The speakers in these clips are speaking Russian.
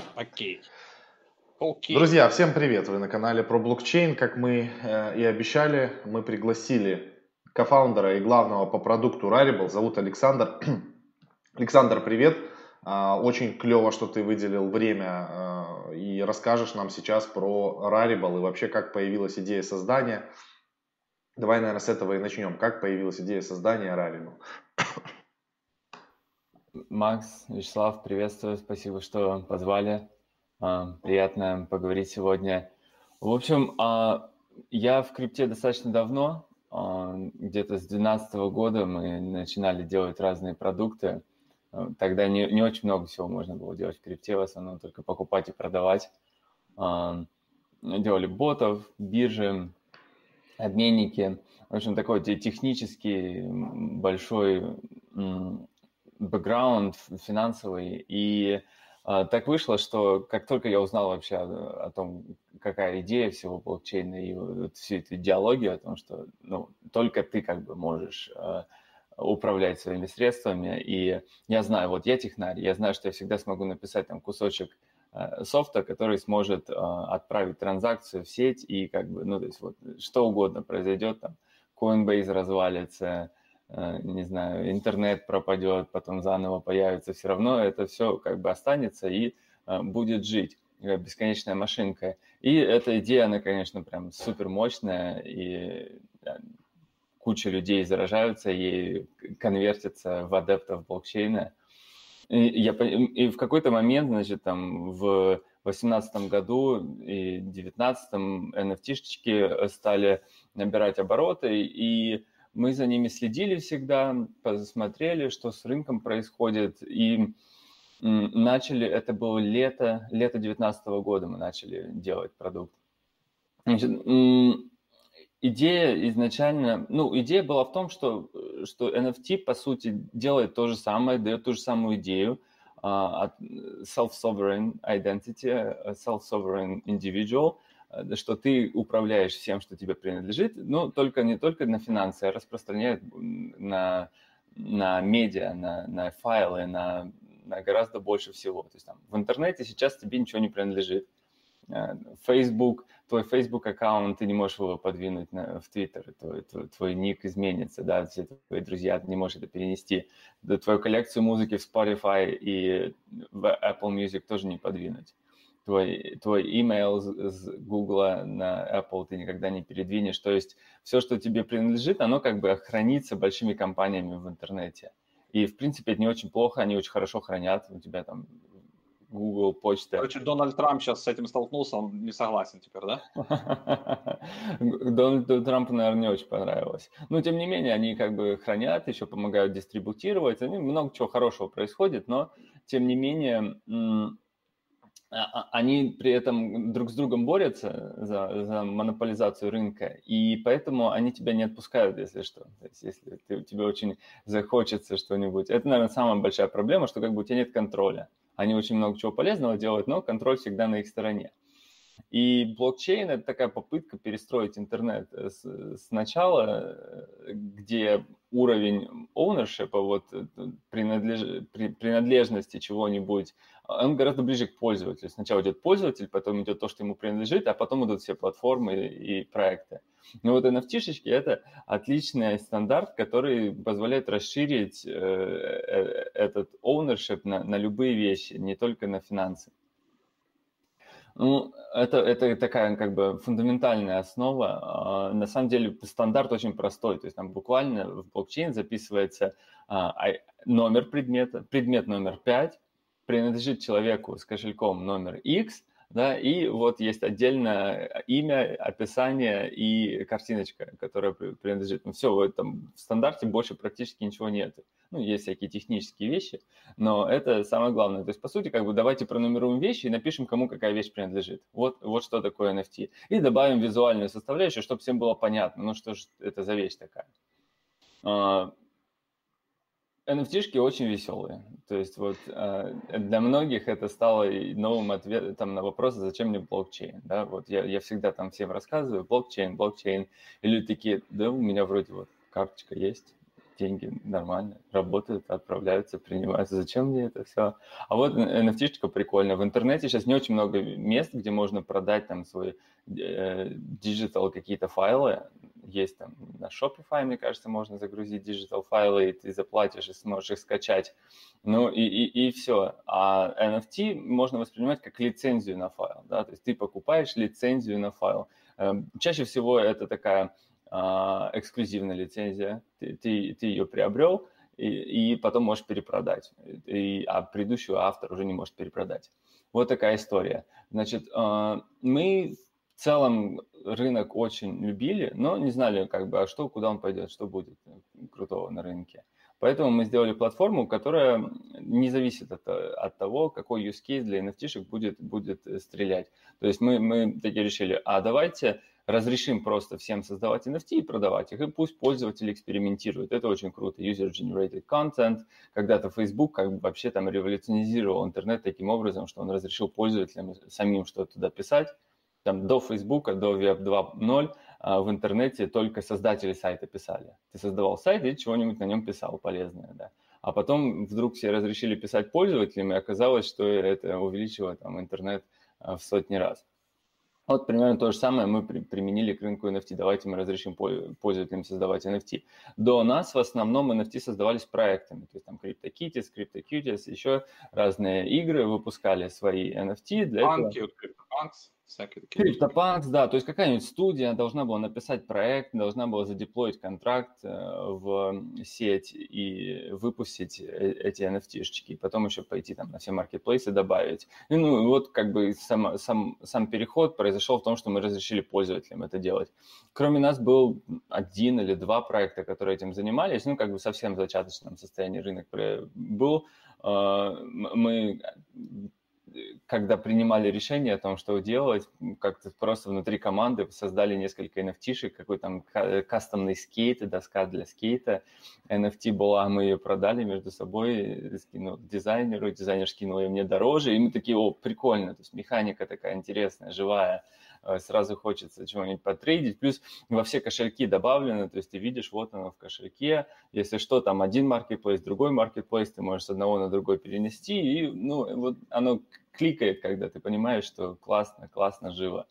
Окей. Окей. Друзья, всем привет! Вы на канале про блокчейн. Как мы и обещали, мы пригласили кофаундера и главного по продукту Rarible. Зовут Александр. Александр, привет! Очень клево, что ты выделил время и расскажешь нам сейчас про Rarible и вообще, как появилась идея создания. Давай, наверное, с этого и начнем. Как появилась идея создания Rarible? Макс, Вячеслав, приветствую, спасибо, что позвали. Приятно поговорить сегодня. В общем, я в крипте достаточно давно, где-то с 2012 года мы начинали делать разные продукты. Тогда не очень много всего можно было делать в крипте, в основном только покупать и продавать. Делали ботов, биржи, обменники. В общем, такой технический большой бэкграунд финансовый. И так вышло, что как только я узнал вообще о том, какая идея всего блокчейна и вот всю эту идеологию о том, что только ты как бы можешь управлять своими средствами. И я знаю, вот я технарь, я знаю, что я всегда смогу написать там кусочек софта, который сможет отправить транзакцию в сеть и как бы, то есть вот что угодно произойдет, там Coinbase развалится, не знаю, интернет пропадет, потом заново появится, все равно это все как бы останется и будет жить, как бесконечная машинка. И эта идея, она, конечно, прям супер мощная, и куча людей заражаются и конвертятся в адептов блокчейна. И в какой-то момент, значит, там в 2018 году и 2019 NFT-шечки стали набирать обороты, и мы за ними следили всегда, посмотрели, что с рынком происходит, и начали, это было лето 2019 года мы начали делать продукт. Значит, идея изначально, идея была в том, что NFT, по сути, делает то же самое, дает ту же самую идею от self-sovereign identity, self-sovereign individual, что ты управляешь всем, что тебе принадлежит, но только не только на финансы, а распространяет на медиа, на файлы, на гораздо больше всего. То есть там в интернете сейчас тебе ничего не принадлежит. Facebook, твой Facebook аккаунт, ты не можешь его подвинуть в Twitter, твой ник изменится, да, все твои друзья, ты не можешь это перенести. Твою коллекцию музыки в Spotify и в Apple Music тоже не подвинуть. Твой email с Google на Apple ты никогда не передвинешь. То есть все, что тебе принадлежит, оно как бы хранится большими компаниями в интернете. И, в принципе, это не очень плохо, они очень хорошо хранят. У тебя там Google, почта. Короче, Дональд Трамп сейчас с этим столкнулся, он не согласен теперь, да? Дональду Трампу, наверное, не очень понравилось. Но, тем не менее, они как бы хранят, еще помогают дистрибутировать. Много чего хорошего происходит, но, тем не менее, они при этом друг с другом борются за монополизацию рынка, и поэтому они тебя не отпускают, если что. То есть если тебе очень захочется что-нибудь. Это, наверное, самая большая проблема, что как бы у тебя нет контроля. Они очень много чего полезного делают, но контроль всегда на их стороне. И блокчейн – это такая попытка перестроить интернет сначала, где уровень ownership, вот принадлежности чего-нибудь, он гораздо ближе к пользователю. Сначала идет пользователь, потом идет то, что ему принадлежит, а потом идут все платформы и проекты. Но вот NFT-шечки – это отличный стандарт, который позволяет расширить этот ownership на любые вещи, не только на финансы. Это такая как бы фундаментальная основа. На самом деле стандарт очень простой. То есть там буквально в блокчейн записывается номер предмета, предмет номер 5, принадлежит человеку с кошельком номер X, да, и вот есть отдельное имя, описание и картиночка, которая принадлежит. Все, в этом в стандарте больше практически ничего нет. Есть всякие технические вещи, но это самое главное. То есть, по сути, как бы давайте пронумеруем вещи и напишем, кому какая вещь принадлежит. Вот что такое NFT. И добавим визуальную составляющую, чтобы всем было понятно, что же это за вещь такая. NFT-шки очень веселые. То есть вот для многих это стало новым ответом на вопрос, зачем мне блокчейн. Да? Вот я всегда там всем рассказываю, блокчейн. И люди такие, да, у меня вроде вот карточка есть, деньги нормально работают, отправляются, принимаются. Зачем мне это все? А вот NFT-шечка прикольная. В интернете сейчас не очень много мест, где можно продать там свои диджитал какие-то файлы. Есть там на Shopify, мне кажется, можно загрузить диджитал файлы, и ты заплатишь и сможешь их скачать. Ну и все. А NFT можно воспринимать как лицензию на файл. Да? То есть ты покупаешь лицензию на файл. Чаще всего это такая эксклюзивная лицензия. Ты ее приобрел, и потом можешь перепродать. А предыдущего автор уже не может перепродать. Вот такая история. Значит, мы в целом рынок очень любили, но не знали, как бы, а что, куда он пойдет, что будет крутого на рынке. Поэтому мы сделали платформу, которая не зависит от того, какой use case для NFT-шек будет стрелять. То есть мы такие решили, давайте разрешим просто всем создавать NFT и продавать их, и пусть пользователи экспериментируют. Это очень круто. User-generated content. Когда-то Facebook как бы вообще там революционизировал интернет таким образом, что он разрешил пользователям самим что-то туда писать. Там до Facebook, до Web 2.0 в интернете только создатели сайта писали. Ты создавал сайт и чего-нибудь на нем писал полезное, да. А потом вдруг все разрешили писать пользователям, и оказалось, что это увеличило там интернет в сотни раз. Вот примерно то же самое мы применили к рынку NFT. Давайте мы разрешим пользователям создавать NFT. До нас в основном NFT создавались проектами. То есть там CryptoKitties, CryptoCuties, еще разные игры выпускали свои NFT. Для этого... CryptoPunks, всякие такие. CryptoPunks, да. То есть какая-нибудь студия должна была написать проект, должна была задеплоить контракт в сеть и выпустить эти NFT-шечки. Потом еще пойти там на все маркетплейсы добавить. И, ну, вот как бы сам переход произошел в том, что мы разрешили пользователям это делать. Кроме нас был 1 или 2 проекта, которые этим занимались. Ну, как бы совсем в зачаточном состоянии рынок был. Мы... Когда принимали решение о том, что делать, как-то просто внутри команды создали несколько NFT-шек, какой-то там кастомный скейт, доска для скейта. NFT была, мы ее продали между собой, скинул дизайнеру, дизайнер скинул ее мне дороже, и мы такие, прикольно, то есть механика такая интересная, живая, сразу хочется чего-нибудь потрейдить, плюс во все кошельки добавлено, то есть ты видишь, вот оно в кошельке, если что, там один маркетплейс, другой маркетплейс, ты можешь с одного на другой перенести, и, ну, вот оно кликает, когда ты понимаешь, что классно, живо.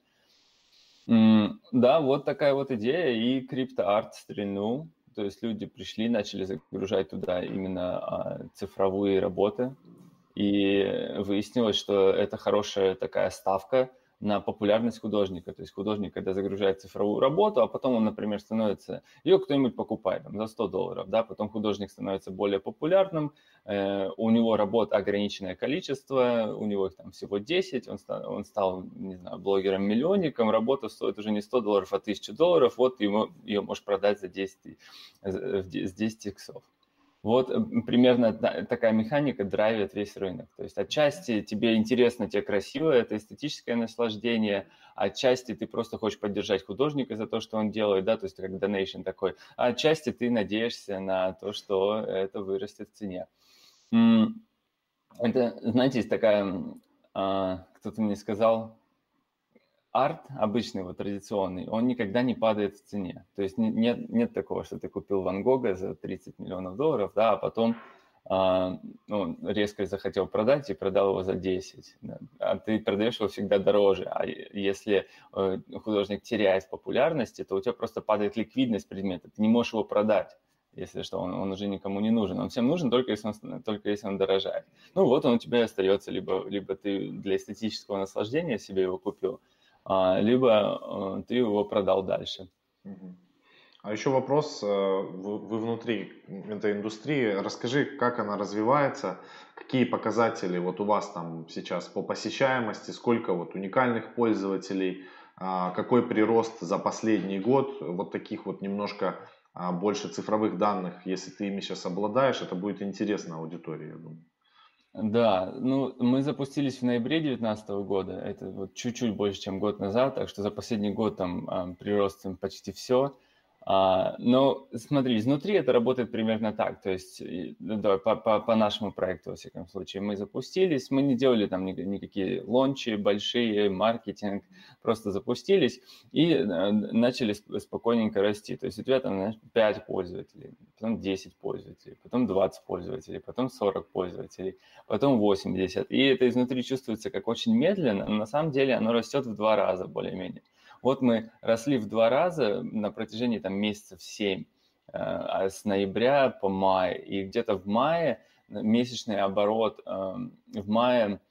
Да, вот такая вот идея, и CryptoArt стрельнул, то есть люди пришли, начали загружать туда именно цифровые работы, и выяснилось, что это хорошая такая ставка на популярность художника. То есть художник, когда загружает цифровую работу, а потом он, например, становится... Ее кто-нибудь покупает там, за $100, да, потом художник становится более популярным, у него работ ограниченное количество, у него их там всего 10, он стал, не знаю, блогером-миллионником, работа стоит уже не $100, а $1000, вот ее можешь продать за 10 иксов. Вот примерно такая механика драйвит весь рынок. То есть отчасти тебе интересно, тебе красиво, это эстетическое наслаждение, отчасти ты просто хочешь поддержать художника за то, что он делает, да, то есть как donation такой, а отчасти ты надеешься на то, что это вырастет в цене. Это, знаете, есть такая, кто-то мне сказал, арт обычный, вот традиционный, он никогда не падает в цене. То есть нет такого, что ты купил Ван Гога за $30 миллионов, да, а потом резко захотел продать и продал его за 10. Да. А ты продаешь его всегда дороже. А если художник теряет в популярности, то у тебя просто падает ликвидность предмета. Ты не можешь его продать. Если что, он уже никому не нужен. Он всем нужен только если он дорожает. Ну вот он у тебя и остается. Либо ты для эстетического наслаждения себе его купил, либо ты его продал дальше. А еще вопрос, вы внутри этой индустрии, расскажи, как она развивается, какие показатели вот у вас там сейчас по посещаемости, сколько вот уникальных пользователей, какой прирост за последний год, вот таких вот немножко больше цифровых данных, если ты ими сейчас обладаешь, это будет интересно аудитории, я думаю. Да, ну мы запустились в ноябре 2019 года, это вот чуть-чуть больше, чем год назад, так что за последний год там прирост почти все. Но смотри, изнутри это работает примерно так. То есть давай, по нашему проекту, во всяком случае, мы запустились, мы не делали там никакие лончи, большие, маркетинг, просто запустились и начали спокойненько расти. То есть у тебя там, знаешь, 5 пользователей, потом 10 пользователей, потом 20 пользователей, потом 40 пользователей, потом 80. И это изнутри чувствуется как очень медленно, но на самом деле оно растет в 2 раза более-менее. Вот мы росли в 2 раза на протяжении там месяцев 7, с ноября по май. И где-то в мае месячный оборот, в мае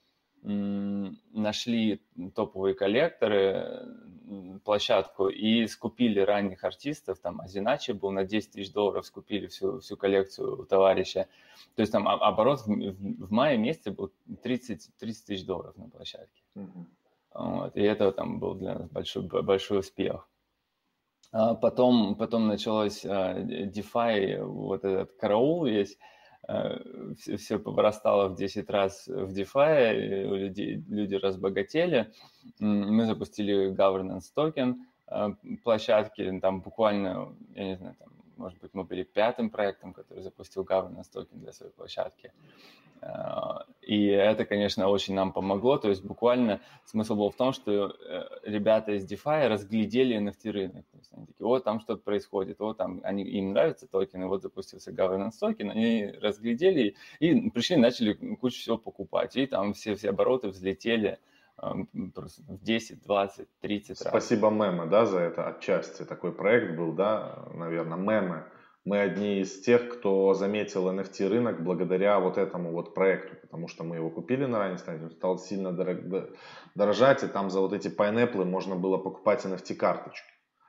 нашли топовые коллекторы, площадку и скупили ранних артистов. Там Азиначи был на $10 тысяч, скупили всю коллекцию у товарища. То есть там оборот в мае месяце был $30 тысяч на площадке. Вот, и это там был для нас большой успех. Потом началось DeFi, вот этот караул весь, все повырастало в 10 раз в DeFi, люди разбогатели. Мы запустили governance токен площадки, там буквально, я не знаю, там, может быть, мы были 5-м проектом, который запустил governance токен для своей площадки. И это, конечно, очень нам помогло. То есть буквально смысл был в том, что ребята из DeFi разглядели NFT рынок. То есть они такие, вот там что-то происходит, вот там им нравятся токены, вот запустился governance токен, они разглядели и пришли, начали кучу всего покупать. И там все обороты взлетели просто в 10, 20, 30 раз. Спасибо Меме, да, за это отчасти. Такой проект был, да, наверное, Меме. Мы одни из тех, кто заметил NFT рынок благодаря вот этому вот проекту, потому что мы его купили на ранней стадии, он стал сильно дорожать, и там за вот эти пайнеплы можно было покупать NFT-карточки.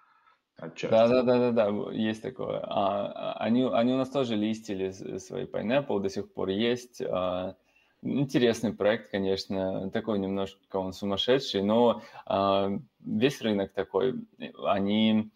Да, есть такое. Они у нас тоже листили свои Pineapple, до сих пор есть. Интересный проект, конечно, такой немножко он сумасшедший, но весь рынок такой. Они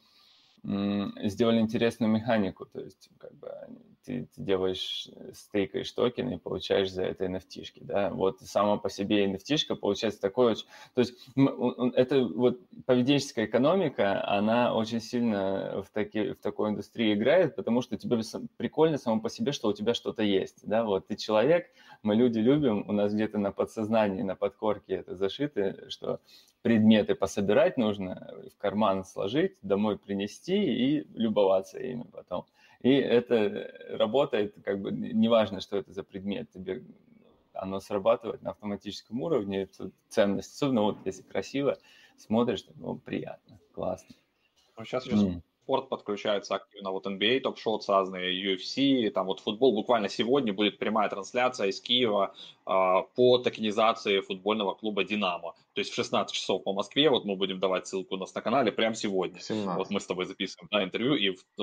сделали интересную механику, то есть как бы ты делаешь, стейкаешь токены и получаешь за это NFT-шки, да, вот сама по себе NFT-шка получается такой, то есть это вот поведенческая экономика, она очень сильно в такой индустрии играет, потому что тебе прикольно само по себе, что у тебя что-то есть, да, вот ты человек, мы люди любим, у нас где-то на подсознании, на подкорке это зашито, что предметы пособирать нужно, в карман сложить, домой принести и любоваться ими потом. И это работает, как бы, неважно, что это за предмет, тебе оно срабатывает на автоматическом уровне, это ценность, особенно вот если красиво смотришь, ну, приятно, классно. Ну, сейчас еще спорт подключается активно, вот NBA, топ-шоты разные, UFC, там вот футбол, буквально сегодня будет прямая трансляция из Киева по токенизации футбольного клуба «Динамо». То есть в 16 часов по Москве, вот мы будем давать ссылку у нас на канале прямо сегодня. 17. Вот мы с тобой записываем интервью, и в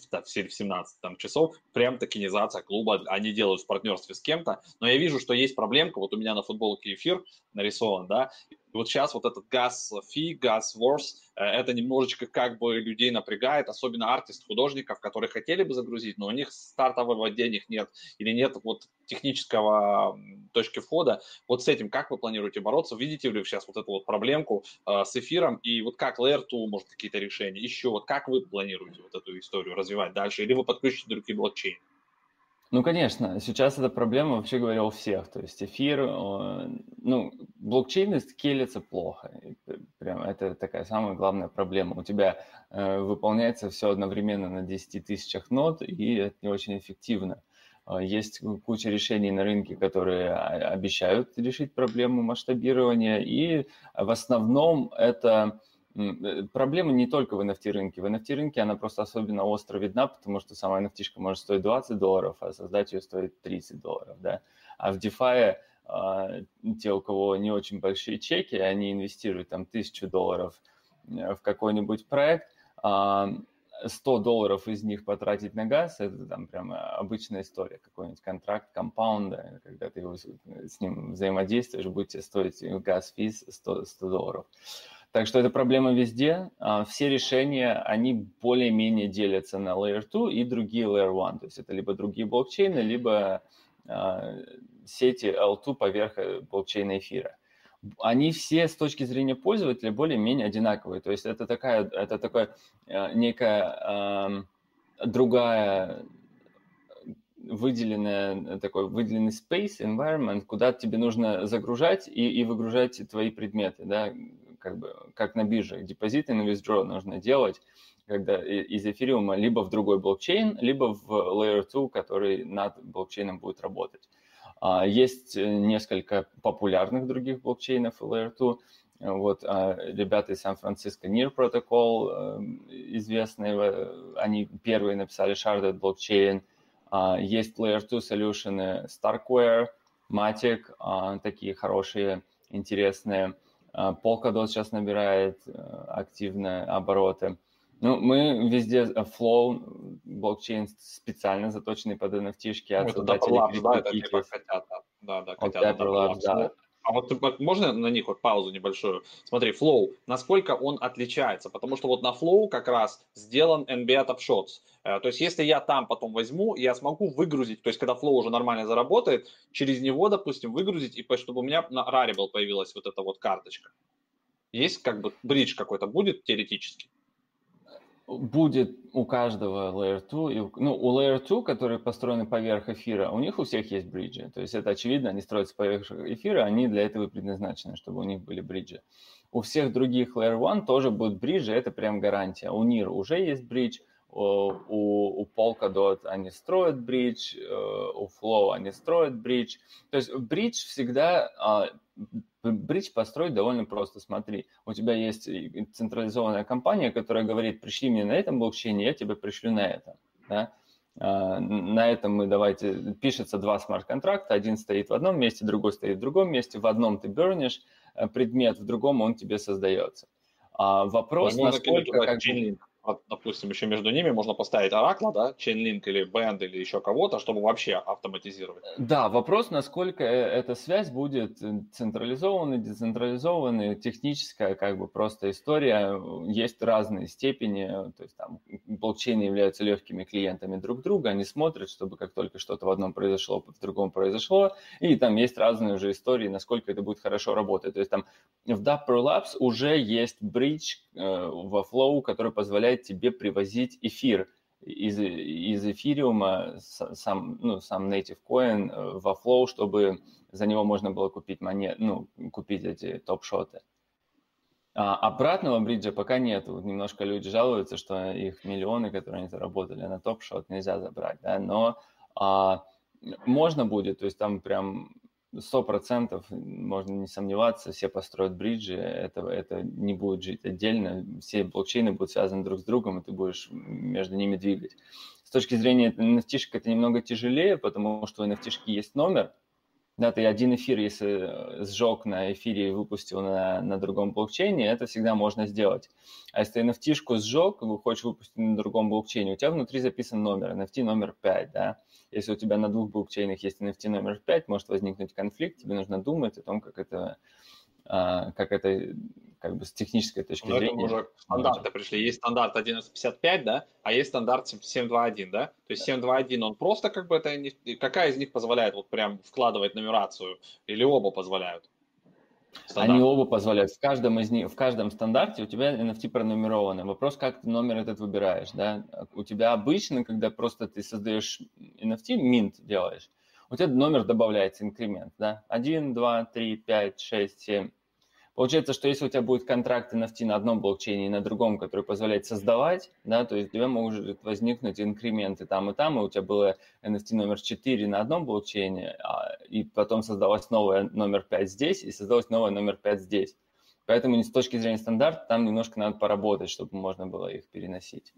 17 там, часов прям токенизация клуба, они делают в партнерстве с кем-то, но я вижу, что есть проблемка, вот у меня на футболке эфир нарисован, да, и вот сейчас вот этот gas fee, gas wars, это немножечко как бы людей напрягает, особенно артист-художников, которые хотели бы загрузить, но у них стартового денег нет или нет вот технического точки входа. Вот с этим как вы планируете бороться? Видите ли вы сейчас вот эту вот проблемку с эфиром? И вот как Layer 2, может, какие-то решения? Еще вот как вы планируете вот эту историю развивать дальше? Или вы подключите другие блокчейны? Ну, конечно, сейчас эта проблема, вообще говоря, у всех. То есть эфир, ну, блокчейны скейлятся плохо. Прям это такая самая главная проблема. У тебя выполняется все одновременно на 10 тысячах нод, и это не очень эффективно. Есть куча решений на рынке, которые обещают решить проблему масштабирования, и в основном это... Проблема не только в NFT-рынке. В NFT-рынке она просто особенно остро видна, потому что сама NFT-шка может стоить $20, а создать ее стоит $30, да. А в DeFi те, у кого не очень большие чеки, они инвестируют там $1000 в какой-нибудь проект, $100 из них потратить на газ, это там прям обычная история, какой-нибудь контракт компаунда, когда ты с ним взаимодействуешь, будет тебе стоить газ-физ $100. Так что это проблема везде. Все решения, они более-менее делятся на Layer 2 и другие Layer 1. То есть это либо другие блокчейны, либо сети L2 поверх блокчейна эфира. они все с точки зрения пользователя более-менее одинаковые. То есть это такая некая другая выделенный space, environment, куда тебе нужно загружать и выгружать твои предметы, да, как на бирже. Депозиты на withdraw нужно делать, когда из эфириума либо в другой блокчейн, либо в Layer 2, который над блокчейном будет работать. Есть несколько популярных других блокчейнов Layer 2. Вот ребята из Сан-Франциско NIR Protocol известные, они первые написали Sharded блокчейн. Есть Layer 2 solution Starkware, Matic, такие хорошие, интересные. Polkadot сейчас набирает активно обороты. Ну, мы везде Flow, блокчейн специально заточенный под NFT-шки от создателей CryptoKitties. Хотят Dapper Labs, да. А вот можно на них вот паузу небольшую? Смотри, Flow, насколько он отличается? Потому что вот на Flow как раз сделан NBA Top Shots. То есть если я там потом возьму, я смогу выгрузить, то есть когда Flow уже нормально заработает, через него, допустим, выгрузить, и чтобы у меня на Rarible появилась вот эта вот карточка. Есть как бы бридж какой-то будет теоретически? Будет у каждого Layer 2, у Layer 2, которые построены поверх эфира, у них у всех есть бриджи. То есть это очевидно, они строятся поверх эфира, они для этого и предназначены, чтобы у них были бриджи. У всех других Layer 1 тоже будут бриджи, это прям гарантия. У NIR уже есть бридж, у Polkadot они строят бридж, у Flow они строят бридж. То есть бридж всегда... Бридж построить довольно просто. Смотри, у тебя есть централизованная компания, которая говорит, пришли мне на этом блокчейне, я тебе пришлю на этом. Да? На этом пишется два смарт-контракта, один стоит в одном месте, другой стоит в другом месте. В одном ты бернешь предмет, в другом он тебе создается. Вопрос, насколько... Допустим, еще между ними можно поставить Oracle, да, Chainlink или Band или еще кого-то, чтобы вообще автоматизировать. Да, вопрос, насколько эта связь будет централизованной, децентрализованной, техническая, как бы просто история. Есть разные степени, то есть там блокчейны являются легкими клиентами друг друга, они смотрят, чтобы как только что-то в одном произошло, в другом произошло, и там есть разные уже истории, насколько это будет хорошо работать. То есть там в Dapper Labs уже есть бридж во Flow, который позволяет тебе привозить эфир из эфириума, сам native coin во Flow, чтобы за него можно было купить купить эти топ-шоты. Обратного бриджа пока нет. Вот немножко люди жалуются, что их миллионы, которые они заработали на топ-шот, нельзя забрать. Да? Но можно будет, то есть там прям 100%, можно не сомневаться, все построят бриджи, это не будет жить отдельно, все блокчейны будут связаны друг с другом, и ты будешь между ними двигать. С точки зрения NFT-шек это немного тяжелее, потому что у NFT-шки есть номер, да, ты один эфир, если сжег на эфире и выпустил на другом блокчейне, это всегда можно сделать. А если ты NFT-шку сжег, и хочешь выпустить на другом блокчейне, у тебя внутри записан номер, NFT номер 5, да. Если у тебя на двух блокчейнах есть NFT номер 5, может возникнуть конфликт, тебе нужно думать о том, как это как бы с технической точки зрения. Уже стандарты пришли. Есть стандарт 1155, да, а есть стандарт 721, да. То есть 721, он просто как бы какая из них позволяет вот прям вкладывать нумерацию? Или оба позволяют? Они оба позволяют. В каждом стандарте у тебя NFT пронумерованы. Вопрос, как ты номер этот выбираешь, да. У тебя обычно, когда просто ты создаешь NFT, mint делаешь, у тебя номер добавляется, инкремент, да. 1, 2, 3, 5, 6, 7. Получается, что если у тебя будет контракт NFT на одном блокчейне и на другом, который позволяет создавать, да, то есть у тебя может возникнуть инкременты и у у тебя было NFT номер 4 на одном блокчейне, и потом создалось новое номер 5 здесь, и создалось новое номер 5 здесь. Поэтому с точки зрения стандарта там немножко надо поработать, чтобы можно было их переносить.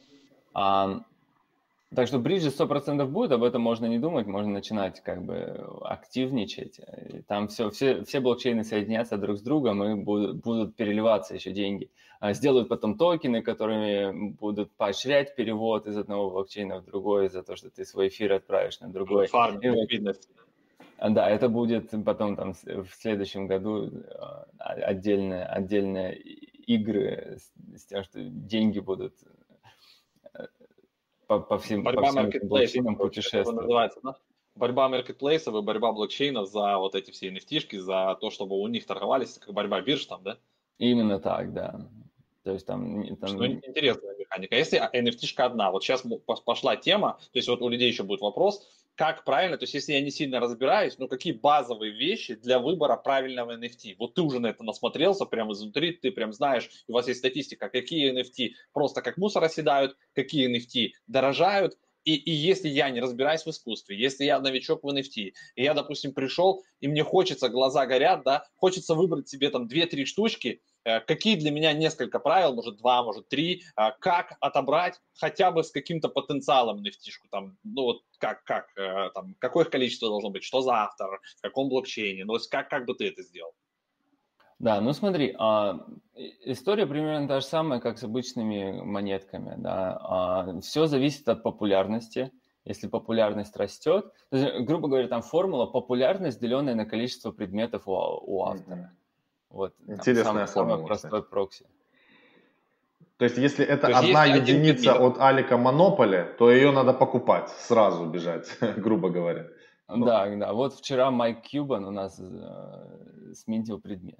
Так что бриджи 100% будет, об этом можно не думать, можно начинать как бы активничать. Там все блокчейны соединятся друг с другом и будут переливаться еще деньги. Сделают потом токены, которыми будут поощрять перевод из одного блокчейна в другой за то, что ты свой эфир отправишь на другой. Да, это будет потом там в следующем году отдельные игры с тем, что деньги будут... по всем блокчейнам путешествовать. борьба маркетплейсов и борьба блокчейнов за вот эти все NFT-шки, за то, чтобы у них торговались, как борьба бирж там, да? Именно так, да. То есть там... Что интересная механика. Если NFT-шка одна, вот сейчас пошла тема, то есть вот у людей еще будет вопрос, как правильно, то есть если я не сильно разбираюсь, ну какие базовые вещи для выбора правильного NFT? Вот ты уже на это насмотрелся прямо изнутри, ты прям знаешь, у вас есть статистика, какие NFT просто как мусор оседают, какие NFT дорожают, и если я не разбираюсь в искусстве, если я новичок в NFT, и я, допустим, пришел, и мне хочется, глаза горят, да, хочется выбрать себе там 2-3 штучки, какие для меня несколько правил, может 2, может 3, как отобрать хотя бы с каким-то потенциалом NFT-шку, там, ну вот там, какое их количество должно быть, что за автор, в каком блокчейне, ну, как бы ты это сделал? Да, ну смотри, история примерно та же самая, как с обычными монетками. Да. Все зависит от популярности. Если популярность растет, то есть, грубо говоря, там формула популярность, деленная на количество предметов у автора. Вот, интересная формула. Самый простой прокси. То есть, если это одна единица от Алика Монополи, то ее надо покупать, сразу бежать, грубо говоря. Да. Вот вчера Майк Кьюбан у нас сминтил предмет.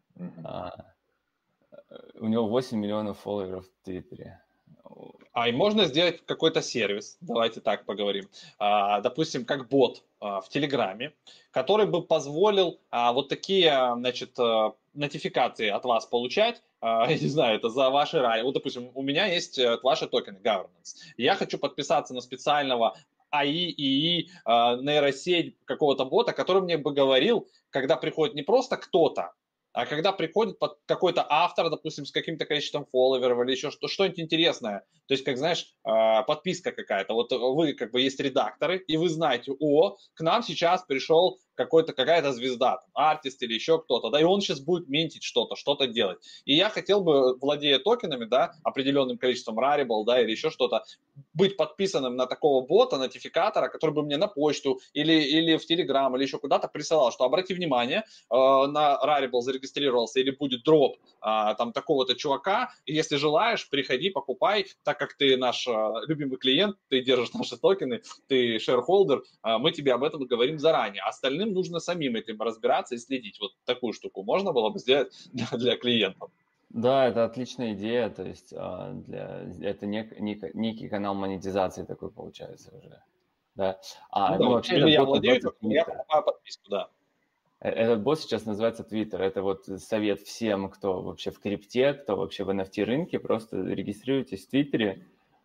У него 8 миллионов фолловеров в Твиттере. И можно сделать какой-то сервис, давайте так поговорим, допустим, как бот в Телеграме, который бы позволил вот такие, значит, нотификации от вас получать, я не знаю, это за ваши рай. Вот, допустим, у меня есть ваши токены governance. Я хочу подписаться на специального АИ, ИИ, нейросеть какого-то бота, который мне бы говорил, когда приходит не просто кто-то, а когда приходит какой-то автор, допустим, с каким-то количеством фолловеров или еще что-нибудь интересное, то есть, как знаешь, подписка какая-то, вот вы как бы есть редакторы, и вы знаете, к нам сейчас пришел какая-то звезда, артист или еще кто-то, да, и он сейчас будет минтить что-то делать. И я хотел бы, владея токенами, да, определенным количеством Rarible, да, или еще что-то, быть подписанным на такого бота, нотификатора, который бы мне на почту или в Telegram, или еще куда-то присылал, что обрати внимание, на Rarible зарегистрировался или будет дроп там такого-то чувака, и если желаешь, приходи, покупай, так как ты наш любимый клиент, ты держишь наши токены, ты shareholder, мы тебе об этом говорим заранее. Остальным нужно самим этим разбираться и следить. Вот такую штуку можно было бы сделать для клиентов. Да, это отличная идея, то есть это некий канал монетизации такой получается уже. Да. Вообще, или я владею, я покупаю подписку, да. Этот бот сейчас называется Twitter. Это вот совет всем, кто вообще в крипте, кто вообще в NFT рынке, просто регистрируйтесь в Твиттере.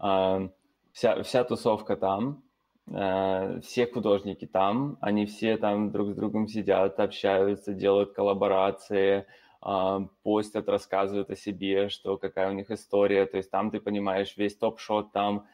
Вся тусовка там, все художники там, они все там друг с другом сидят, общаются, делают коллаборации, постят, рассказывают о себе, что какая у них история. То есть там ты понимаешь весь топ-шот там.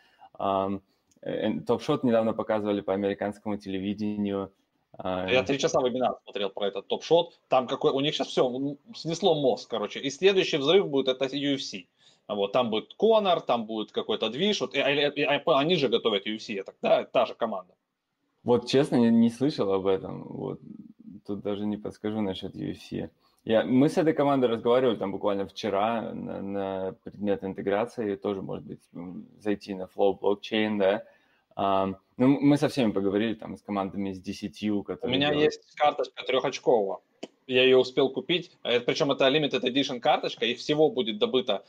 Топ-шот недавно показывали по американскому телевидению. Я 3 часа вебинар смотрел про этот топ-шот. Там у них сейчас все снесло мозг, короче. И следующий взрыв будет это UFC. Вот, там будет Конор, там будет какой-то движ. Вот, они же готовят UFC, это, да, та же команда. Вот честно, не слышал об этом. Вот. Тут даже не подскажу насчет UFC. Мы с этой командой разговаривали там буквально вчера на предмет интеграции. Тоже, может быть, зайти на Flow Blockchain, да. Мы со всеми поговорили, там, с командами, с 10, которые... У меня есть карточка 3-очкового. Я ее успел купить, причем это limited edition карточка, их всего будет добыто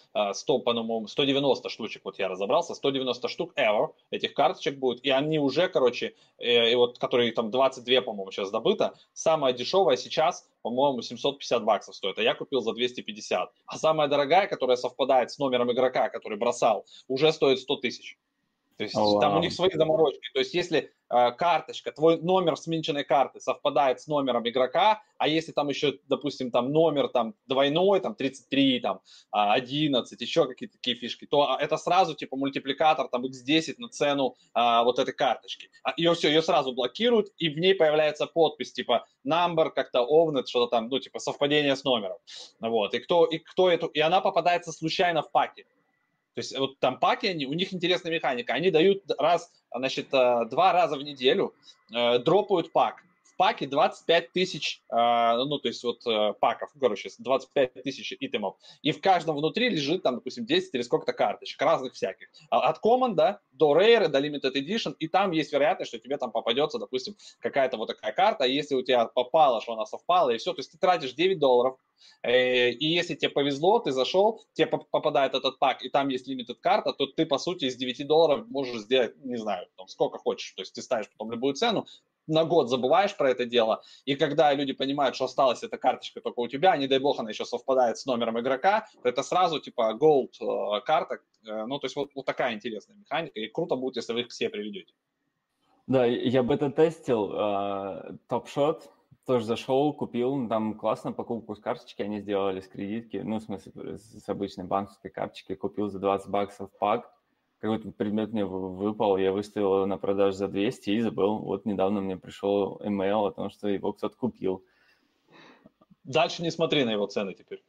190 штучек, вот я разобрался, 190 штук ever этих карточек будет, и они уже, короче, и вот, которые там 22, по-моему, сейчас добыто, самая дешевая сейчас, по-моему, $750 стоит, а я купил за 250, а самая дорогая, которая совпадает с номером игрока, который бросал, уже стоит 100 тысяч. То есть там у них свои заморочки. То есть если карточка, твой номер сменченной карты совпадает с номером игрока, а если там еще, допустим, там номер там двойной, там 33, там 11, еще какие-то такие фишки, то это сразу типа мультипликатор там x10 на цену вот этой карточки. Ее сразу блокируют, и в ней появляется подпись типа number, как-то ovnet, что-то там, ну типа совпадение с номером. Вот. И она попадается случайно в паке. То есть вот там паки, у них интересная механика. Они дают 2 раза в неделю, дропают пак. В паке 25 тысяч, ну, то есть вот паков, короче, 25 тысяч итемов, и в каждом внутри лежит там, допустим, 10 или сколько-то карточек, разных всяких. От Common, да, до Rare, до Limited Edition, и там есть вероятность, что тебе там попадется, допустим, какая-то вот такая карта, и если у тебя попало, что она совпала, и все, то есть ты тратишь $9, и если тебе повезло, ты зашел, тебе попадает этот пак, и там есть limited карта, то ты, по сути, из $9 можешь сделать, не знаю, там, сколько хочешь. То есть ты ставишь потом любую цену, на год забываешь про это дело, и когда люди понимают, что осталась эта карточка только у тебя, не дай бог она еще совпадает с номером игрока, то это сразу типа gold карта. Ну, то есть вот такая интересная механика, и круто будет, если вы их все приведете. Да, я бета-тестил Top Shot, тоже зашел, купил, там классно покупку с карточки они сделали, с кредитки, ну, в смысле, с обычной банковской карточки, купил за $20 пак, какой-то предмет мне выпал, я выставил его на продажу за 200 и забыл. Вот недавно мне пришел email о том, что его кто-то купил. Дальше не смотри на его цены теперь.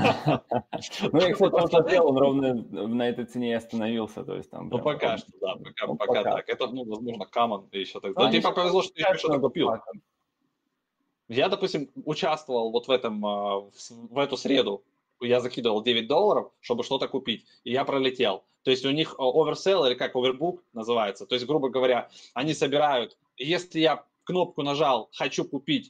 Ну, я, кстати, посмотрел, он ровно на этой цене и остановился. То есть там ну, пока что, да, пока так. Это, ну, возможно, common еще так. Но тебе повезло, что ты еще что-то купил. Я, допустим, участвовал вот в этом, в эту среду. Я закидывал $9, чтобы что-то купить, и я пролетел. То есть у них оверсell, или как овербук называется. То есть, грубо говоря, они собирают, если я кнопку нажал «хочу купить»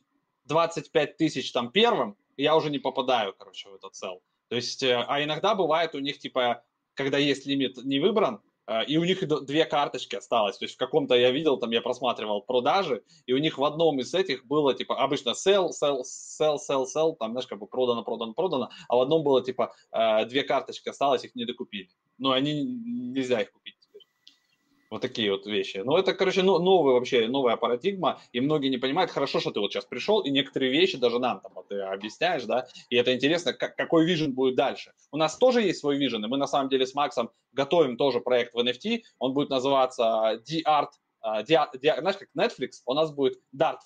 25 тысяч там первым, я уже не попадаю, короче, в этот сell. То есть, а иногда бывает у них, типа, когда есть лимит не выбран, и у них две карточки осталось. То есть в каком-то я видел, там я просматривал продажи, и у них в одном из этих было, типа, обычно sell, там, знаешь, как бы продано, а в одном было, типа, две карточки осталось, их не докупили. Но они, нельзя их купить. Вот такие вот вещи. Ну, это, короче, новая парадигма, и многие не понимают. Хорошо, что ты вот сейчас пришел, и некоторые вещи даже нам там ты объясняешь, да, и это интересно, какой вижен будет дальше. У нас тоже есть свой вижен, и мы на самом деле с Максом готовим тоже проект в NFT, он будет называться D-Art, знаешь, как Netflix, у нас будет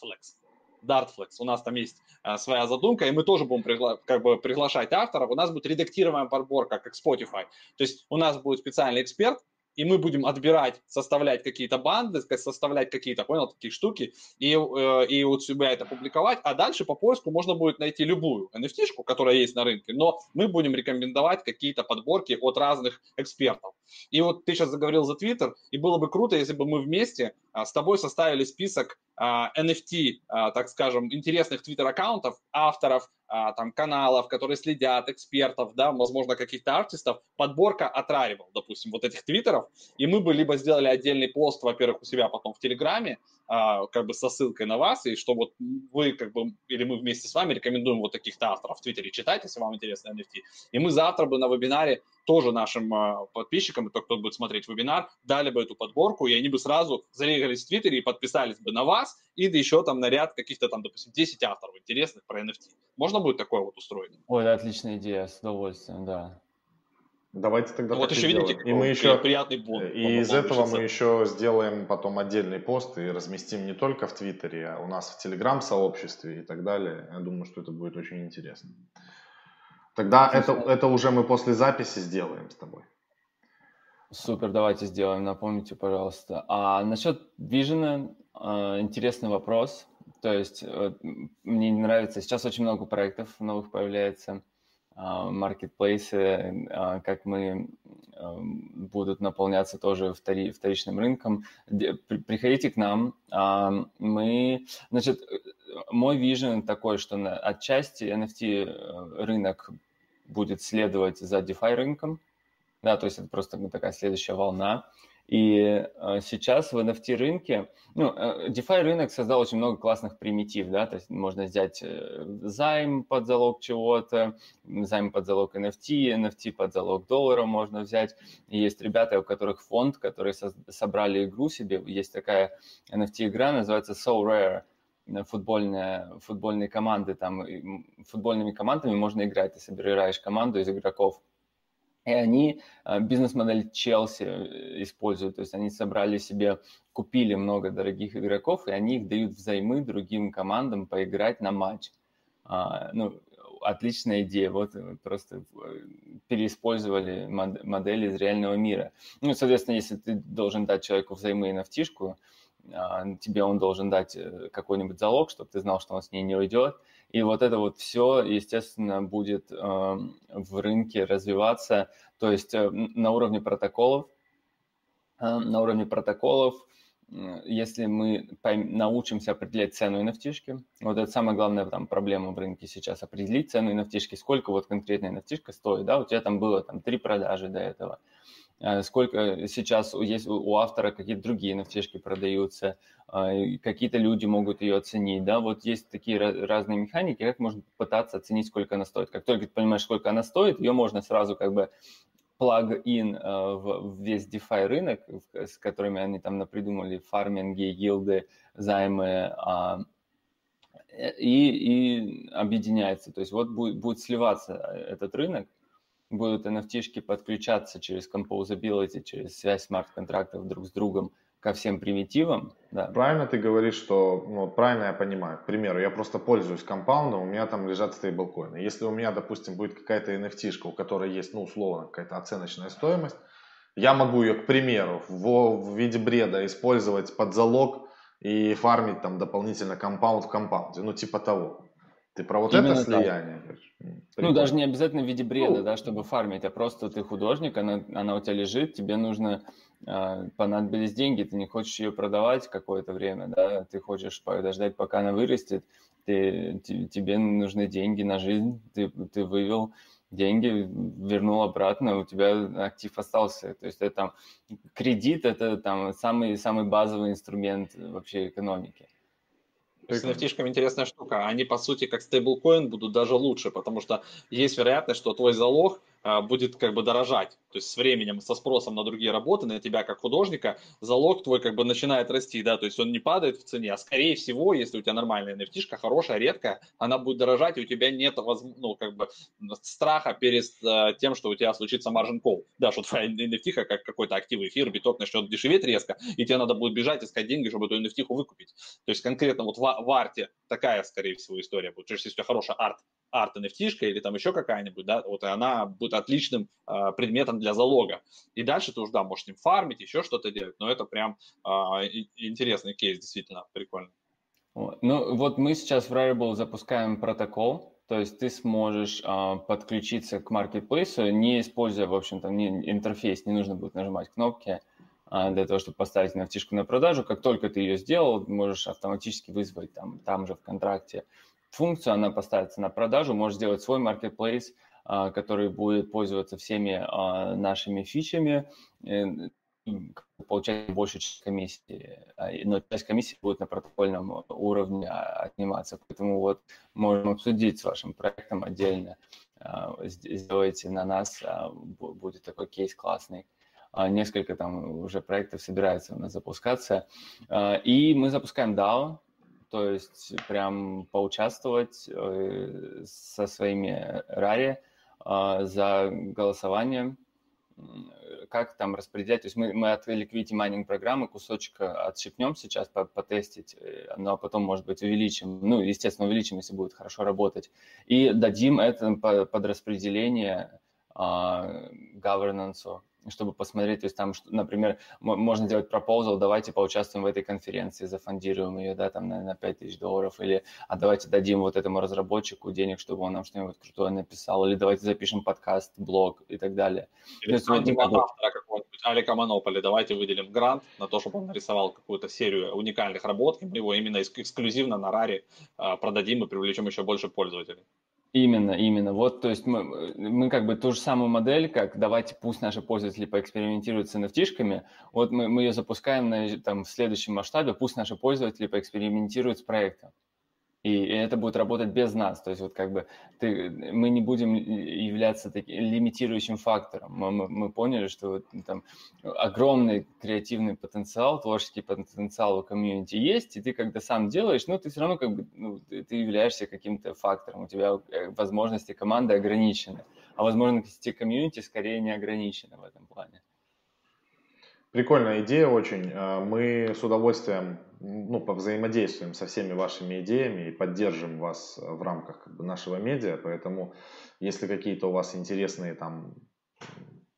Dartflex. У нас там есть своя задумка, и мы тоже будем приглашать авторов. У нас будет редактируемая подборка, как Spotify. То есть у нас будет специальный эксперт, и мы будем отбирать, составлять какие-то банды, составлять какие-то, понял, такие штуки, и у себя это публиковать, а дальше по поиску можно будет найти любую NFT-шку, которая есть на рынке, но мы будем рекомендовать какие-то подборки от разных экспертов. И вот ты сейчас заговорил за Twitter, и было бы круто, если бы мы вместе с тобой составили список NFT, так скажем, интересных Twitter-аккаунтов, авторов, там, каналов, которые следят, экспертов, да, возможно, каких-то артистов, подборка от Rarible, допустим, вот этих твиттеров, и мы бы либо сделали отдельный пост, во-первых, у себя потом в Телеграме, как бы со ссылкой на вас, и что вот вы, как бы, или мы вместе с вами рекомендуем вот таких-то авторов в Твиттере читать, если вам интересно NFT. И мы завтра бы на вебинаре тоже нашим подписчикам, кто будет смотреть вебинар, дали бы эту подборку, и они бы сразу зарегались в Твиттере и подписались бы на вас, и еще там на ряд каких-то там, допустим, 10 авторов интересных про NFT. Можно будет такое вот устроить? Ой, да, отличная идея, с удовольствием, да. Давайте тогда вот еще сделаем. видите, и мы еще приятный бонус. И из этого мы еще сделаем потом отдельный пост и разместим не только в Твиттере, а у нас в Телеграм-сообществе и так далее. Я думаю, что это будет очень интересно. Тогда это уже мы после записи сделаем с тобой. Супер, давайте сделаем, напомните, пожалуйста. А насчет Vision, интересный вопрос. То есть мне нравится, сейчас очень много проектов новых появляется, маркетплейсы, как мы будут наполняться тоже вторичным рынком. Приходите к нам. Значит, мой вижен такой, что отчасти NFT рынок будет следовать за DeFi рынком. Да, то есть это просто такая следующая волна. И сейчас в NFT рынке, DeFi рынок создал очень много классных примитив, да, то есть можно взять займ под залог чего-то, займ под залог NFT, NFT под залог доллара можно взять. И есть ребята, у которых фонд, которые собрали игру себе, есть такая NFT-игра, называется So Rare, футбольные команды, там футбольными командами можно играть, ты собираешь команду из игроков. И они бизнес-модель Челси используют, то есть они собрали себе, купили много дорогих игроков, и они их дают взаймы другим командам поиграть на матч. Отличная идея, вот просто переиспользовали модель из реального мира. Соответственно, если ты должен дать человеку взаймы NFT-шку, тебе он должен дать какой-нибудь залог, чтобы ты знал, что он с ней не уйдет. И вот это вот все, естественно, будет в рынке развиваться, то есть на уровне протоколов, если мы научимся определять цену NFT-шки, вот это самая главная там проблема в рынке сейчас, определить цену NFT-шки, сколько вот конкретная NFT-шка стоит, да, у тебя там было там 3 продажи до этого, сколько сейчас есть у автора, какие-то другие NFT-шки продаются, какие-то люди могут ее оценить, да, вот есть такие разные механики, как можно пытаться оценить, сколько она стоит. Как только ты понимаешь, сколько она стоит, ее можно сразу как бы плагин в весь DeFi рынок, с которыми они там напридумали фарминги, йилды, займы, и объединяется. То есть вот будет сливаться этот рынок, будут NFT-шки подключаться через composability, через связь смарт-контрактов друг с другом ко всем примитивам. Да. Правильно ты говоришь, что, ну, правильно я понимаю. К примеру, я просто пользуюсь компаундом, у меня там лежат стейблкоины. Если у меня, допустим, будет какая-то NFT-шка, у которой есть, ну, условно, какая-то оценочная стоимость, я могу ее, к примеру, в виде бреда использовать под залог и фармить там дополнительно компаунд в компаунде, ну, типа того. Ты про вот Именно это так. слияние? Ну, Прикольно. даже не обязательно в виде бреда, да, чтобы фармить, а просто ты художник, она у тебя лежит, тебе нужно, понадобились деньги, ты не хочешь ее продавать какое-то время, да, ты хочешь подождать, пока она вырастет, тебе нужны деньги на жизнь, ты вывел деньги, вернул обратно, у тебя актив остался. То есть это там кредит, это там самый базовый инструмент вообще экономики. С NFT-шками интересная штука. Они, по сути, как стейблкоин будут даже лучше, потому что есть вероятность, что твой залог будет как бы дорожать. То есть с временем, со спросом на другие работы, на тебя как художника, залог твой как бы начинает расти, да, то есть он не падает в цене, а скорее всего, если у тебя нормальная NFT-шка, хорошая, редкая, она будет дорожать, и у тебя нет, ну, как бы страха перед тем, что у тебя случится margin call. Да, что твоя NFT, как какой-то актив, эфир, биток начнет дешеветь резко, и тебе надо будет бежать, искать деньги, чтобы эту NFT выкупить. То есть конкретно вот в арте такая, скорее всего, история будет. То есть если у тебя хорошая арт NFT-шка или там еще какая-нибудь, да, вот она будет отличным предметом для залога. И дальше ты уже, да, можешь с ним фармить, еще что-то делать, но это прям интересный кейс, действительно, прикольно. Ну, вот мы сейчас в Rarible запускаем протокол, то есть ты сможешь подключиться к маркетплейсу, не используя, в общем-то, интерфейс, не нужно будет нажимать кнопки для того, чтобы поставить NFT-шку на продажу. Как только ты ее сделал, можешь автоматически вызвать там же в контракте функцию, она поставится на продажу, можешь сделать свой маркетплейс, который будет пользоваться всеми нашими фичами, получать большую часть комиссии, но часть комиссии будет на протокольном уровне отниматься. Поэтому вот можем обсудить с вашим проектом отдельно. Сделайте на нас, будет такой кейс классный. Несколько там уже проектов собирается у нас запускаться. И мы запускаем DAO, то есть прям поучаствовать со своими Rari за голосованием, как там распределять. То есть мы от Liquidity Mining программы кусочек отщипнем сейчас потестить, но потом, может быть, увеличим. Ну, естественно, увеличим, если будет хорошо работать. И дадим это под распределение governance, чтобы посмотреть, то есть там, например, можно делать пропозал, давайте поучаствуем в этой конференции, зафондируем ее, да, там на $5000, или давайте дадим вот этому разработчику денег, чтобы он нам что-нибудь крутое написал, или давайте запишем подкаст, блог и так далее. Или автора какого-нибудь, Алика Монополи, давайте выделим грант на то, чтобы он нарисовал какую-то серию уникальных работ, и мы его именно эксклюзивно на Rari продадим и привлечем еще больше пользователей. Именно. Вот, то есть мы как бы ту же самую модель, как давайте пусть наши пользователи поэкспериментируют с NFT-шками, вот мы ее запускаем в следующем масштабе, пусть наши пользователи поэкспериментируют с проектом. И это будет работать без нас. То есть вот как бы мы не будем являться лимитирующим фактором. Мы поняли, что там огромный креативный потенциал, творческий потенциал у комьюнити есть, и ты когда сам делаешь, но ты все равно как бы ты являешься каким-то фактором. У тебя возможности команды ограничены, а возможности комьюнити скорее не ограничены в этом плане. Прикольная идея очень. Мы с удовольствием повзаимодействуем со всеми вашими идеями и поддержим вас в рамках нашего медиа. Поэтому, если какие-то у вас интересные там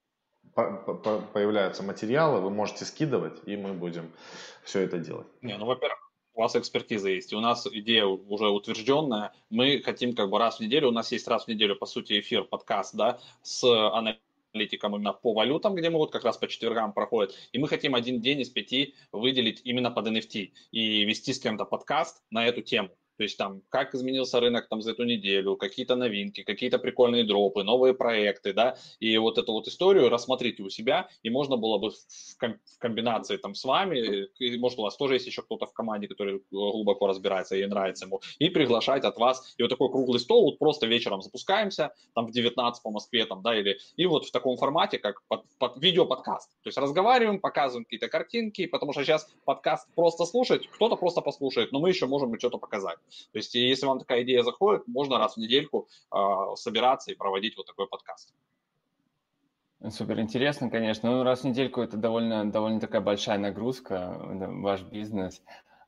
появляются материалы, вы можете скидывать, и мы будем все это делать. Не, ну, во-первых, у вас экспертиза есть, и у нас идея уже утвержденная. Мы хотим как бы раз в неделю, у нас есть раз в неделю, по сути, эфир, подкаст, да, с аналитиком именно по валютам, где мы вот как раз по четвергам проходят. И мы хотим один день из 5 выделить именно под NFT и вести с кем-то подкаст на эту тему. То есть там, как изменился рынок там за эту неделю, какие-то новинки, какие-то прикольные дропы, новые проекты, да, и вот эту вот историю рассмотрите у себя, и можно было бы в комбинации там с вами, и, может, у вас тоже есть еще кто-то в команде, который глубоко разбирается и нравится ему, и приглашать от вас, и вот такой круглый стол, вот просто вечером запускаемся, там в 19 по Москве, там, да, или, и вот в таком формате, как видеоподкаст, то есть разговариваем, показываем какие-то картинки, потому что сейчас подкаст просто слушать, кто-то просто послушает, но мы еще можем что-то показать. То есть, если вам такая идея заходит, можно раз в недельку собираться и проводить вот такой подкаст. Супер интересно, конечно. Ну, раз в недельку это довольно такая большая нагрузка, ваш бизнес.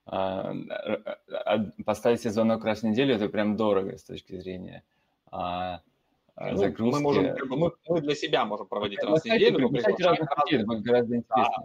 Поставить себе звонок раз в неделю – это прям дорого с точки зрения загрузки. Мы можем, мы для себя можем проводить раз в неделю. Приглашайте разных людей, это будет гораздо интереснее.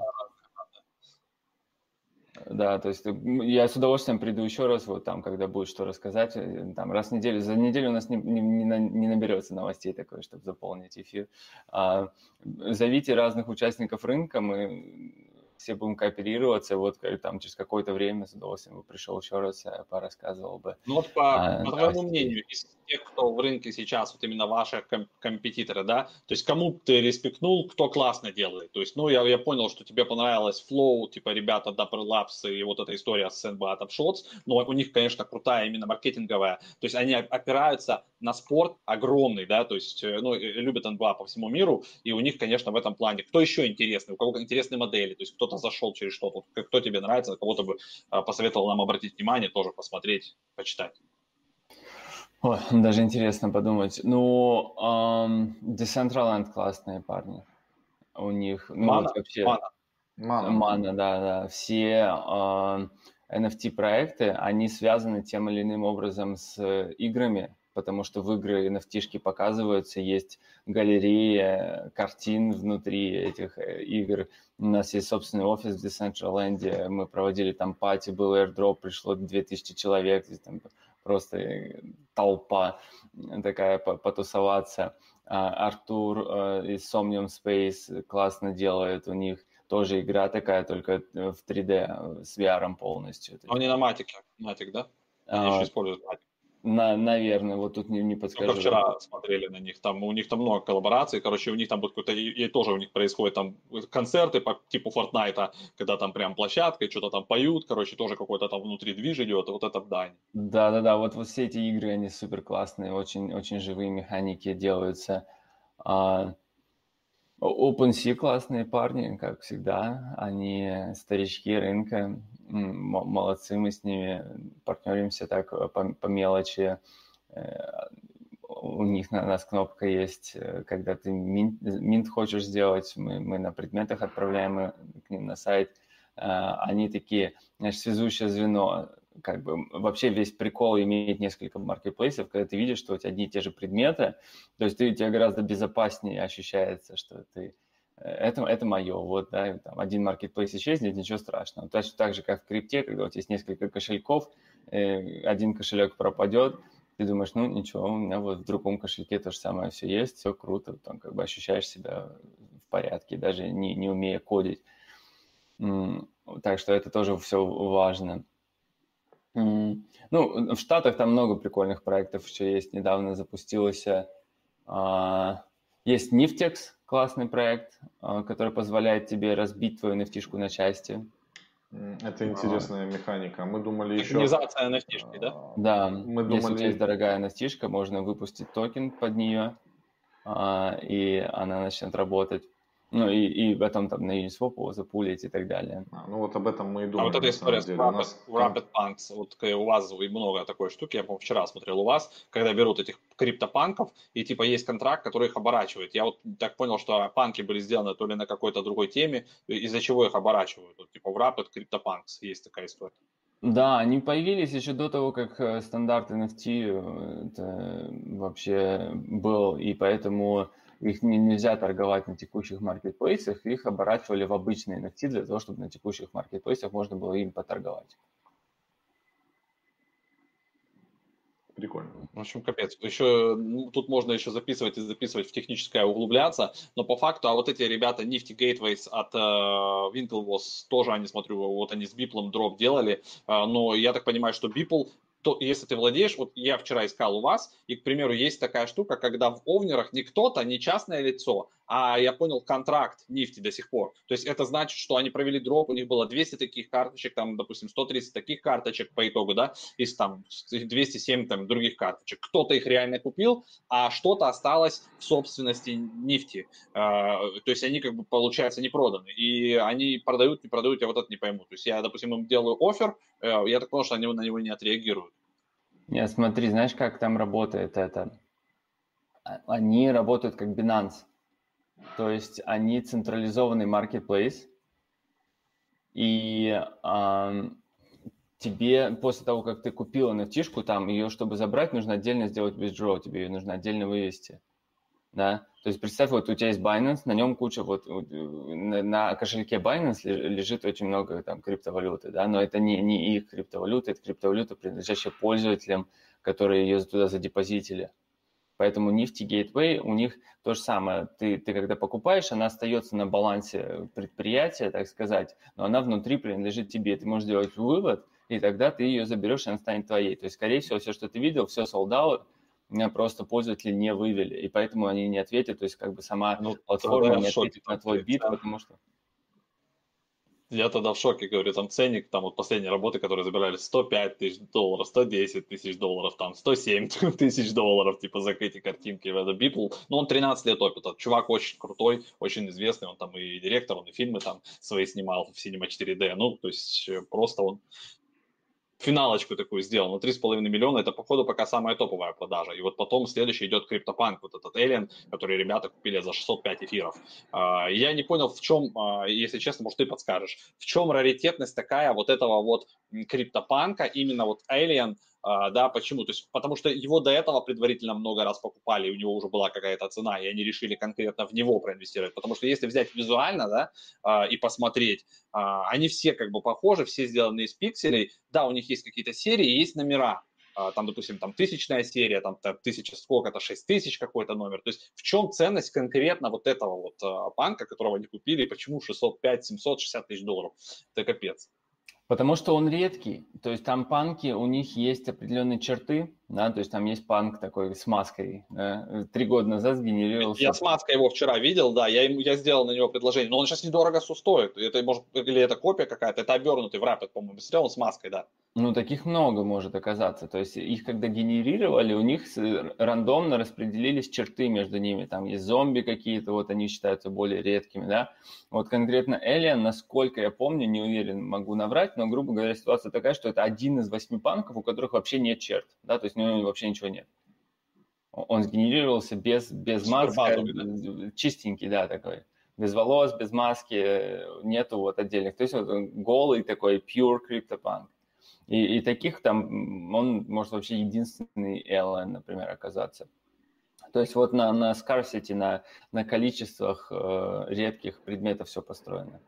Да, то есть я с удовольствием приду еще раз, вот там, когда будет что рассказать, там раз в неделю, за неделю у нас не наберется новостей такое, чтобы заполнить эфир. Зовите разных участников рынка, мы все будем кооперироваться, вот там через какое-то время с удовольствием бы пришел еще раз, порассказывал бы. Ну вот по твоему мнению, из тех, кто в рынке сейчас, вот именно ваши компетиторы, да, то есть кому ты респектнул, кто классно делает? То есть, ну, я понял, что тебе понравилось Flow, типа ребята Dapper Labs и вот эта история с Sandbat Shots, но у них, конечно, крутая именно маркетинговая, то есть они опираются на спорт огромный, да, то есть, ну, любят НБА по всему миру, и у них, конечно, в этом плане. Кто еще интересный? У кого интересные модели? То есть кто-то зашел через что-то, кто тебе нравится, кого-то бы посоветовал нам обратить внимание, тоже посмотреть, почитать. Ой, даже интересно подумать. Ну, Decentraland классные парни. У них, ну Mana? вот вообще... Mana, да. Все NFT-проекты, они связаны тем или иным образом с играми, потому что в игры NFT-шки показываются, есть галерея картин внутри этих игр. У нас есть собственный офис в Decentraland, мы проводили там пати, был airdrop, пришло 2000 человек, здесь там просто толпа такая потусоваться. Артур из Somnium Space классно делает, у них тоже игра такая, только в 3D, с VR полностью. Они на Матике, Матик, да? Они еще используют Матик. Наверное, вот тут не подскажу. Только вчера смотрели на них, там у них там много коллабораций, короче, у них там будет какой-то, и тоже у них происходит там концерты по типу Fortnite, когда там прям площадка, и что-то там поют, короче, тоже какой-то там внутри движ идет, вот это да. Да, вот все эти игры, они супер классные, очень живые механики делаются. OpenSea классные парни, как всегда, они старички рынка, молодцы, мы с ними партнеримся так по мелочи. У них на нас кнопка есть, когда ты минт хочешь сделать, мы на предметах отправляем к ним на сайт. Они такие, значит, связующее звено. Как бы вообще весь прикол иметь несколько маркетплейсов, когда ты видишь, что у тебя одни и те же предметы, то есть тебе гораздо безопаснее ощущается, что ты это мое, вот, да, там один маркетплейс исчезнет, ничего страшного. Точно так же, как в крипте, когда у тебя есть несколько кошельков, один кошелек пропадет, ты думаешь, ну ничего, у меня вот в другом кошельке то же самое все есть, все круто, там как бы ощущаешь себя в порядке, даже не умея кодить. Так что это тоже все важно. Ну, в Штатах там много прикольных проектов еще есть. Недавно запустилось... Есть Niftex, классный проект, который позволяет тебе разбить твою NFT-шку на части. Это интересная механика. Мы думали еще... Организация NFT-шки, да? Да, если у тебя есть дорогая NFT-шка, можно выпустить токен под нее, и она начнет работать. Ну, и в этом там на Uniswap его запулить и так далее. Ну, вот об этом мы и думаем. А вот эта история с Rapid Punks, вот у вас много такой штуки, я, по-моему, вчера смотрел у вас, когда берут этих криптопанков, и типа есть контракт, который их оборачивает. Я вот так понял, что панки были сделаны то ли на какой-то другой теме, из-за чего их оборачивают. Вот, типа в Rapid CryptoPunks есть такая история. Да, они появились еще до того, как стандарт NFT это вообще был, и поэтому их нельзя торговать на текущих маркетплейсах, их оборачивали в обычные NFT для того, чтобы на текущих маркетплейсах можно было им поторговать. Прикольно. В общем, капец. Еще, тут можно еще записывать и записывать, в техническое углубляться, но по факту, а вот эти ребята Nifty Gateways от Winklevoss, тоже они, смотрю, вот они с Beeple дроп делали, но я так понимаю, что Beeple, то, если ты владеешь, вот я вчера искал у вас, и, к примеру, есть такая штука, когда в овнерах не кто-то, не частное лицо, а я понял, контракт Nifty до сих пор. То есть это значит, что они провели дроп, у них было 200 таких карточек, там, допустим, 130 таких карточек по итогу, да, из там 207 там, других карточек. Кто-то их реально купил, а что-то осталось в собственности Nifty. То есть они, как бы, получается, не проданы. И они продают, не продают, я вот это не пойму. То есть я, допустим, им делаю оффер, я так понял, что они на него не отреагируют. Нет, смотри, знаешь, как там работает это? Они работают как Binance. То есть они централизованный marketplace, и тебе после того, как ты купил NFT-шку, там ее, чтобы забрать, нужно отдельно сделать withdraw, тебе ее нужно отдельно вывести. Да? То есть представь, вот у тебя есть Binance, на нем куча, вот на кошельке Binance лежит очень много там криптовалюты, да, но это не их криптовалюта, это криптовалюта, принадлежащая пользователям, которые ее туда задепозитили. Поэтому Nifty Gateway, у них то же самое. Ты когда покупаешь, она остается на балансе предприятия, так сказать, но она внутри принадлежит тебе. Ты можешь сделать вывод, и тогда ты ее заберешь, и она станет твоей. То есть, скорее всего, все, что ты видел, все sold out, просто пользователи не вывели, и поэтому они не ответят. То есть, как бы сама платформа не ответит на твой бит, потому что... Я тогда в шоке, говорю, там ценник, там вот последние работы, которые забирали $105 тысяч, $110 тысяч, там $107 тысяч, типа за эти картинки. Это Beeple, ну он 13 лет опыта, чувак очень крутой, очень известный, он там и директор, он и фильмы там свои снимал в Cinema 4D, ну то есть просто он финалочку такую сделал, но 3,5 миллиона, это, походу, пока самая топовая продажа. И вот потом следующий идет CryptoPunk, вот этот Alien, который ребята купили за 605 эфиров. Я не понял, в чем, если честно, может, ты подскажешь, в чем раритетность такая вот этого вот CryptoPunk, именно вот Alien, да, почему? То есть, потому что его до этого предварительно много раз покупали, и у него уже была какая-то цена, и они решили конкретно в него проинвестировать. Потому что если взять визуально, да, и посмотреть, они все как бы похожи, все сделаны из пикселей. Да, у них есть какие-то серии, есть номера. Там, допустим, там 1000-я серия, там 1000 сколько-то, 6000 какой-то номер. То есть в чем ценность конкретно вот этого вот панка, которого они купили, и почему 605-760 тысяч долларов? Это капец. Потому что он редкий, то есть там панки, у них есть определенные черты, да, то есть там есть панк такой с маской, да? 3 года назад сгенерировался. Я с маской его вчера видел, да, я сделал на него предложение, но он сейчас недорого стоит, это может, или это копия какая-то, это обернутый в Rapid, по-моему, смотрел, он с маской, да. Ну, таких много может оказаться. То есть их когда генерировали, у них рандомно распределились черты между ними. Там есть зомби какие-то, вот они считаются более редкими, да. Вот конкретно Alien, насколько я помню, не уверен, могу наврать, но, грубо говоря, ситуация такая, что это один из 8 панков, у которых вообще нет черт, да, то есть у него вообще ничего нет. Он сгенерировался без маски, чистенький, да, такой. Без волос, без маски, нету вот отдельных. То есть вот он голый такой pure CryptoPunk. И таких там, он может вообще единственный Alien, например, оказаться. То есть вот на scarcity, на количествах редких предметов все построено.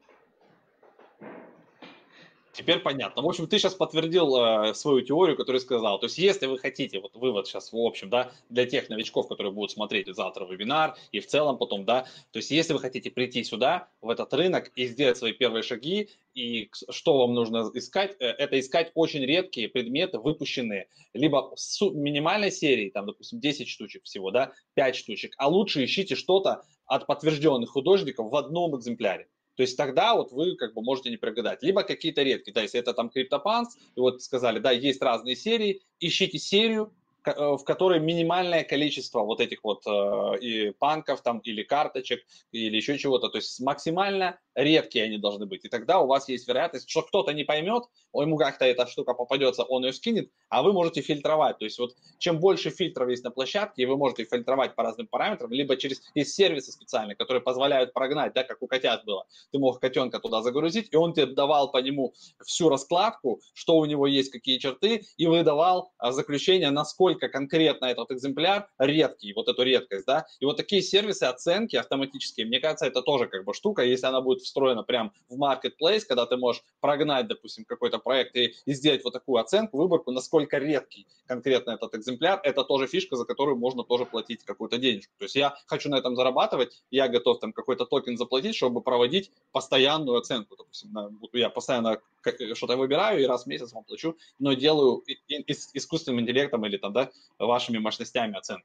Теперь понятно. В общем, ты сейчас подтвердил свою теорию, которую сказал. То есть, если вы хотите, вот вывод сейчас, в общем, да, для тех новичков, которые будут смотреть завтра вебинар и в целом потом, да, то есть, если вы хотите прийти сюда, в этот рынок и сделать свои первые шаги, и что вам нужно искать, это искать очень редкие предметы, выпущенные либо с минимальной серии, там, допустим, 10 штучек всего, да, 5 штучек, а лучше ищите что-то от подтвержденных художников в одном экземпляре. То есть тогда вот вы как бы можете не прогадать. Либо какие-то редкие, да, если это там CryptoPunks, и вот сказали, да, есть разные серии, ищите серию, в которой минимальное количество вот этих вот и панков там, или карточек, или еще чего-то. То есть максимально редкие они должны быть. И тогда у вас есть вероятность, что кто-то не поймет, ему как-то эта штука попадется, он ее скинет, а вы можете фильтровать. То есть вот чем больше фильтров есть на площадке, и вы можете фильтровать по разным параметрам, либо есть сервисы специальные, которые позволяют прогнать, да, как у котят было. Ты мог котенка туда загрузить, и он тебе давал по нему всю раскладку, что у него есть, какие черты, и выдавал заключение, насколько насколько конкретно этот экземпляр редкий, вот эту редкость, да, и вот такие сервисы оценки автоматические, мне кажется, это тоже как бы штука, если она будет встроена прям в marketplace, когда ты можешь прогнать, допустим, какой-то проект и сделать вот такую оценку, выборку, насколько редкий конкретно этот экземпляр, это тоже фишка, за которую можно тоже платить какую-то денежку. То есть я хочу на этом зарабатывать, я готов там какой-то токен заплатить, чтобы проводить постоянную оценку. Допустим, я постоянно что-то выбираю и раз в месяц вам плачу, но делаю искусственным интеллектом или там, да, вашими мощностями оценку.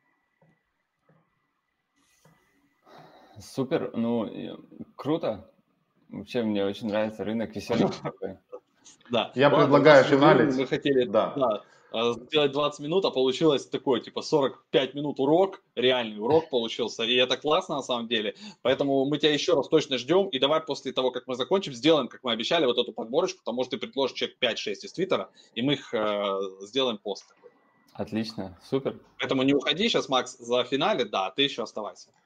Супер, ну, круто. Вообще, мне очень нравится рынок веселый такой. Да. Я предлагаю финалить. Мы хотели сделать 20 минут, а получилось такой, типа 45 минут урок, реальный урок получился, и это классно на самом деле, поэтому мы тебя еще раз точно ждем, и давай после того, как мы закончим, сделаем, как мы обещали, вот эту подборочку, там, может, ты предложишь человек 5-6 из Твиттера, и мы их сделаем пост. Отлично, супер. Поэтому не уходи сейчас, Макс, за финале, да, ты еще оставайся.